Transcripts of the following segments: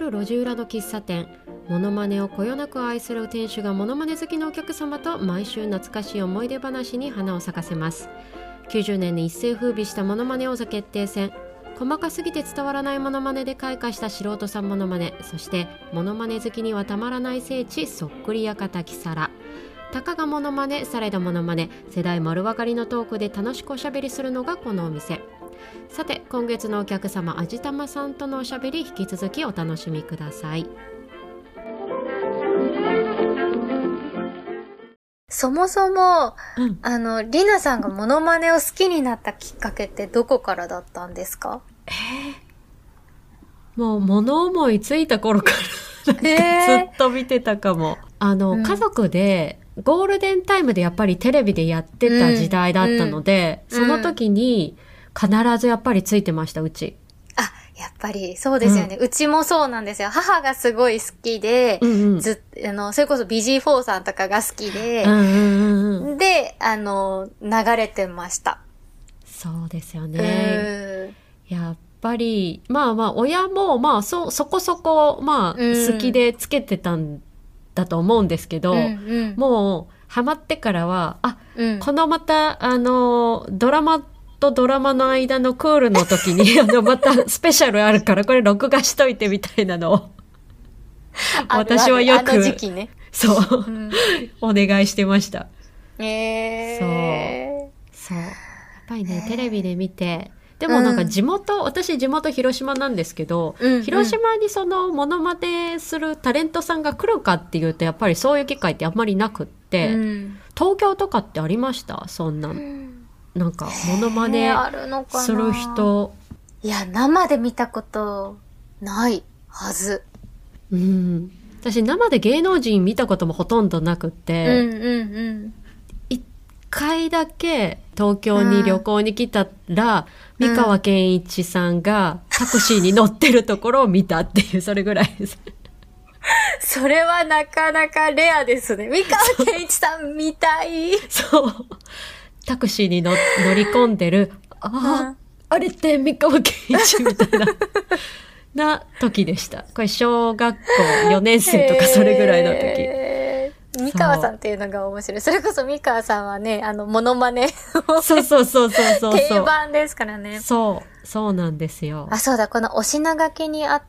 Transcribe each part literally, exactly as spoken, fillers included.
る路地裏の喫茶店。モノマネをこよなく愛する店主がモノマネ好きのお客様と毎週懐かしい思い出話に花を咲かせます。きゅうじゅうねんに一世風靡したモノマネ王座決定戦。細かすぎて伝わらないモノマネで開花した素人さんモノマネ、そしてモノマネ好きにはたまらない聖地そっくり館キサラ。たかがモノマネ、されどモノマネ、世代丸分かりのトークで楽しくおしゃべりするのがこのお店。さて今月のお客様、あじたまさんとのおしゃべり、引き続きお楽しみください。 そもそも、 うん、 あのりなさんがモノマネを好きになったきっかけってどこからだったんですか？ えー、もう物思いついた頃からずっと見てたかも。あの、うん、家族でゴールデンタイムでやっぱりテレビでやってた時代だったので、うんうん、その時に必ずやっぱりついてました、うち。 あ、やっぱりそうですよね、うん、うちもそうなんですよ。母がすごい好きで、うんうん、ずあのそれこそ ビージーフォー さんとかが好きで、うんうんうん、であの流れてました。 そうですよね。やっぱりまあまあ親もまあ そ, そこそこまあ好きでつけてたんだと思うんですけど、うんうん、もうハマってからはあ、うん、このまたあのドラマとドラマの間のクールの時にあのまたスペシャルあるからこれ録画しといてみたいなのを私はよくあの時期ね、 そう、うん、お願いしてました。 えー、そうそうやっぱりね、えー、テレビで見て、でもなんか地元、うん、私地元広島なんですけど、うんうん、広島にそのモノマネするタレントさんが来るかっていうとやっぱりそういう機会ってあんまりなくって、うん、東京とかってありました？そんな、うん、なんかモノマネする人。 いや生で見たことないはず。 うん、私生で芸能人見たこともほとんどなくって、 うんうんうん、 一回だけ東京に旅行に来たら、うん、三河健一さんがタクシーに乗ってるところを見たっていうそれぐらいですそれはなかなかレアですね。三河健一さん見たい。 そうタクシーに 乗, 乗り込んでるあ、うん、あれって三河健一みたいなな時でした。これ小学校よねん生とかそれぐらいの時、 えー、三河さんっていうのが面白い。それこそ三河さんはね、あのモノマネそうそうそうそうそう定番ですからね。 そうそうなんですよ。 あ、そうだ、このお品書きにあった、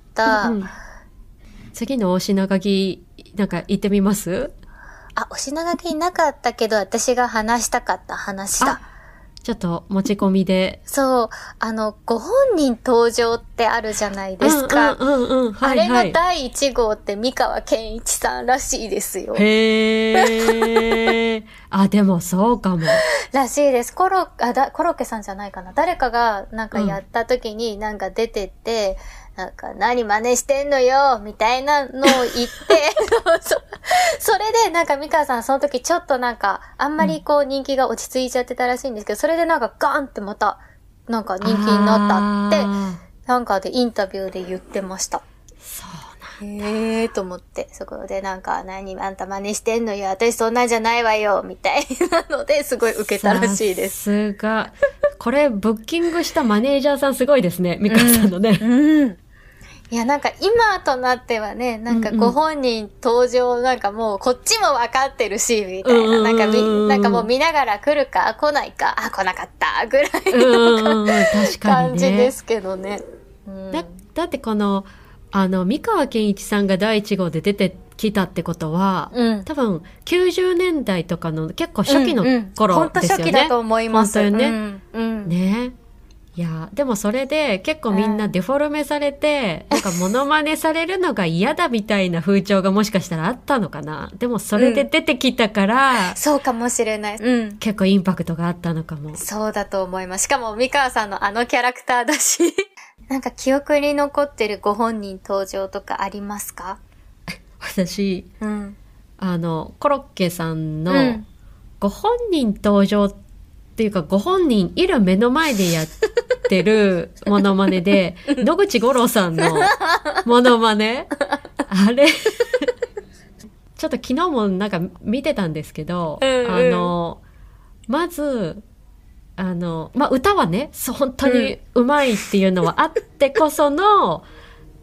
うんうん、 次のお品書きなんか言ってみます？ あ、お品書きになかったけど私が話したかった話だ。 ちょっと持ち込みで。 そう。あの、ご本人登場ってあるじゃないですか。 うんうんうんうん。はいはい、 あれのだいいち号って三河健一さんらしいですよ。 へー。あ、でもそうかも。 らしいです。コロ、あ、だ、コロッケさんじゃないかな。誰かがなんかやった時になんか出てって、うん、なんか何真似してんのよみたいなのを言ってそ, それでなんか三河さんその時ちょっとなんかあんまりこう人気が落ち着いちゃってたらしいんですけど、それでなんかガンってまたなんか人気になったってなんかでインタビューで言ってました。 そうなんだ。へーと思って、そこでなんか何あんた真似してんのよ、私そんなんじゃないわよみたいなのですごい受けたらしいです。 さすが。これブッキングしたマネージャーさんすごいですね、三河さんのね。 うん、うんいや、なんか今となってはね、なんかご本人登場なんかもうこっちも分かってるし、みたいな。なんかみ、なんかもう見ながら来るか来ないか、あ、来なかったぐらいの感じですけどね。 うん、だ, だってこの、あの、三河健一さんがだいいち号で出てきたってことは、うん、多分きゅうじゅうねんだいとかの結構初期の頃ですよね。うんうん、本当初期だと思います。 本当にね。 うんうん、 ね。いやでもそれで結構みんなデフォルメされて、うん、なんかモノマネされるのが嫌だみたいな風潮がもしかしたらあったのかな。でもそれで出てきたから、 うん、そうかもしれない、うん、 結構インパクトがあったのかも。 そうだと思います。しかも三河さんのあのキャラクターだしなんか記憶に残ってるご本人登場とかありますか？ 私、 うん、 あのコロッケさんのご本人登場っていうかご本人いる目の前でやってるモノマネで野口五郎さんのモノマネあれちょっと昨日もなんか見てたんですけど、うんうん、あのまずあの、まあ、歌はね本当にうまいっていうのはあってこその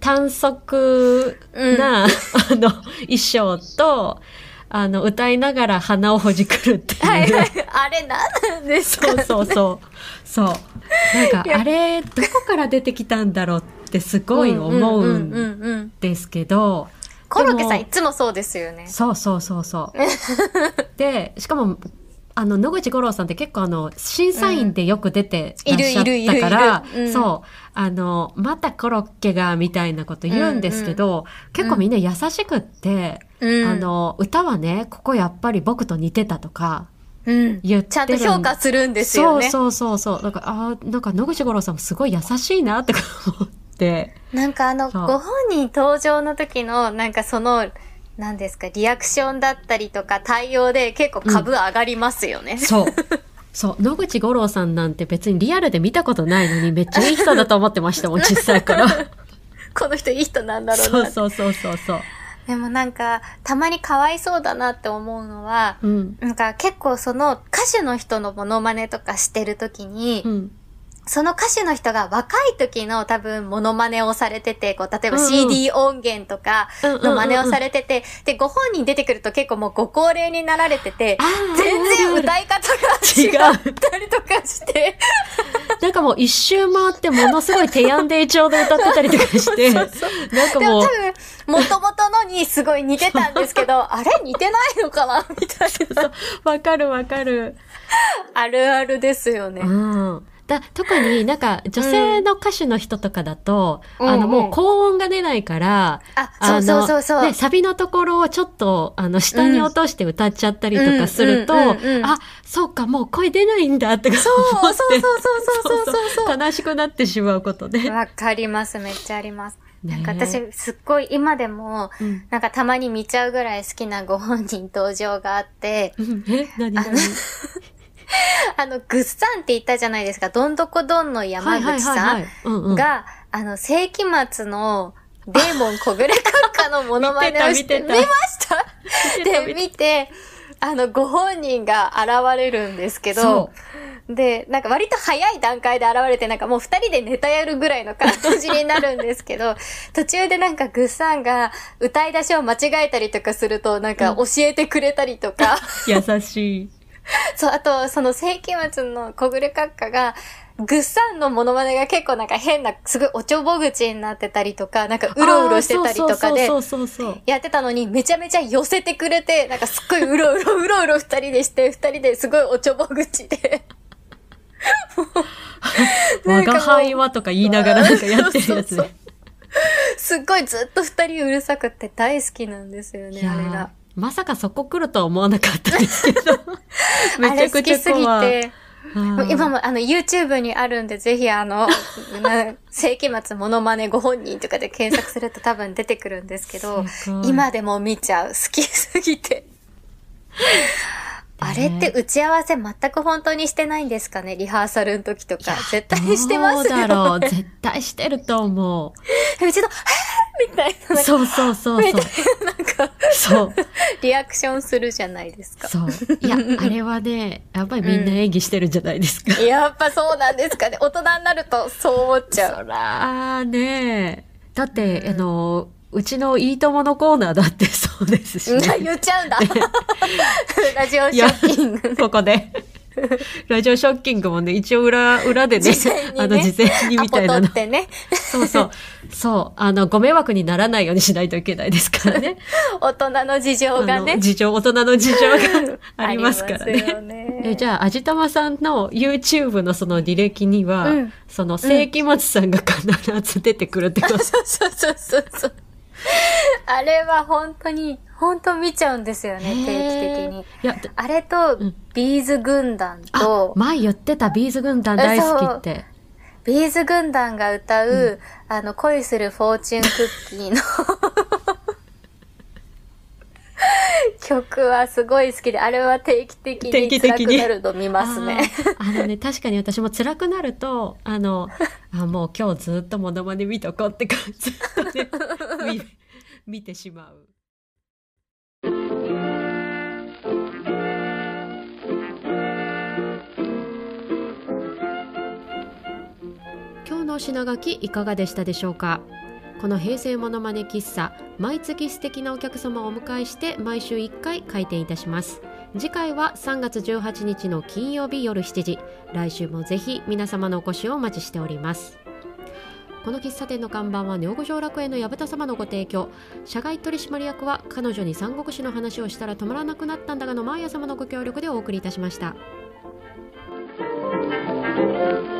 短足な、うん、あの衣装とあの歌いながら鼻をほじくるっていう、 はいはい、あれ何なんですか、ね、 そうそうそうそうなんかあれどこから出てきたんだろうってすごい思うんですけど、 コロッケさんいつもそうですよね。 そうそうそうそうでしかもあの野口五郎さんって結構あの審査員でよく出てらっしゃったから、そうあのまたコロッケがみたいなこと言うんですけど、うんうん、結構みんな優しくって、うん、あの歌はねここやっぱり僕と似てたとか言ってる、うん、 ちゃんと評価するんですよね。 そうそうそうそうなんかあなんか野口五郎さんもすごい優しいなって思ってなんかあのご本人登場の時のなんかその何ですかリアクションだったりとか対応で結構株上がりますよね、うん、 そうそう野口五郎さんなんて別にリアルで見たことないのにめっちゃいい人だと思ってましたもん小さいからこの人いい人なんだろうなって。 そうそうそうそうそうでもなんかたまにかわいそうだなって思うのは、うん、なんか結構その歌手の人のモノマネとかしてる時に、うんその歌手の人が若い時の多分モノマネをされてて、こう、例えば シーディー 音源とかの真似をされてて、で、ご本人出てくると結構もうご高齢になられてて、全然歌い方が違ったりとかして。 なんかもう一周回ってものすごい低音で調で歌ってたりとかして、そうそうなんかもう。 でも多分、元々のにすごい似てたんですけど、あれ似てないのかなみたいな。 わかるわかる。 あるあるですよね。 うんだ特になんか女性の歌手の人とかだと、うん、あのもう高音が出ないから、 うんうん、あ、そうそうそうそう、 ね、サビのところをちょっとあの下に落として歌っちゃったりとかすると、あ、そうかもう声出ないんだって思って、 そうそうそうそうそうそうそう悲しくなってしまうことで。 わかります、めっちゃあります。なんか私すっごい今でも、うん、なんかたまに見ちゃうぐらい好きなご本人登場があって、 え、何何あの、ぐっさんって言ったじゃないですか。どんどこどんの山口さんが、あの、世紀末のデーモン小暮閣下のモノマネをして見ましたで、見て、あの、ご本人が現れるんですけど、で、なんか割と早い段階で現れて、なんかもう二人でネタやるぐらいの感じになるんですけど、途中でなんかぐっさんが歌い出しを間違えたりとかすると、なんか教えてくれたりとか。 優しい。 そう、あと、その世紀末の小暮閣下が、ぐっさんのモノマネが結構なんか変な、すごいおちょぼ口になってたりとか、なんかうろうろしてたりとかで、やってたのにめちゃめちゃ寄せてくれて、なんかすっごいうろうろうろうろ二人でして、二人ですごいおちょぼ口で。 我が輩はとか言いながらなんかやってるやつね。 すっごいずっと二人うるさくて大好きなんですよね、あれが。 まさかそこ来るとは思わなかったですけど。めちゃくちゃ怖い。 あれ好きすぎて。今もあの YouTube にあるんで、ぜひあの、世紀末モノマネご本人とかで検索すると多分出てくるんですけど、今でも見ちゃう。好きすぎて。あれって打ち合わせ全く本当にしてないんですかね、リハーサルの時とか。絶対してますよね。 どうだろう、絶対してると思う。 うちの、みたいな。 そうそうそうそう。みたいな、なんか、そう。リアクションするじゃないですか。 そう。いや、あれはね、やっぱりみんな演技してるじゃないですか。 うん、やっぱそうなんですかね。大人になるとそう思っちゃう。 そらーね。だって、うん、あの、うちのいいとものコーナーだってそうですし、ね。 言っちゃうんだ。ラジオショッキング。 ここで。ラジオショッキングもね、一応裏、裏でね、ねあの、事前にみたいなの。 ってね。 そうそう。そう。あの、ご迷惑にならないようにしないといけないですからね。 大人の事情がね。 事情、大人の事情がありますからね。ありますよね。えじゃあ、あじたまさんの YouTube のその履歴には、うん、その、世紀末さんが必ず出てくるってこと、うん、 そうそうそうそうそう。あれは本当に、本当見ちゃうんですよね、定期的に。いやあれと、うん、ビーズ軍団と、 前言ってたビーズ軍団大好きって。 ビーズ軍団が歌う、うん、あの、恋するフォーチュンクッキーの曲はすごい好きで、あれは定期的に辛くなると見ますね。 あ, あのね、確かに私も辛くなると、あの、あもう今日ずっとモノマネ見とこうって感じで、ね、見, 見てしまう。今日のお品書きいかがでしたでしょうか。 この平成モノマネ喫茶、毎月素敵なお客様をお迎えして毎週いっかい開店いたします。次回はさんがつじゅうはちにちの金曜日夜しちじ。来週もぜひ皆様のお越しをお待ちしております。この喫茶店の看板はネオ五条楽園の矢蓋様のご提供、社外取締役は彼女に三国志の話をしたら止まらなくなったんだがのマーヤ様のご協力でお送りいたしました。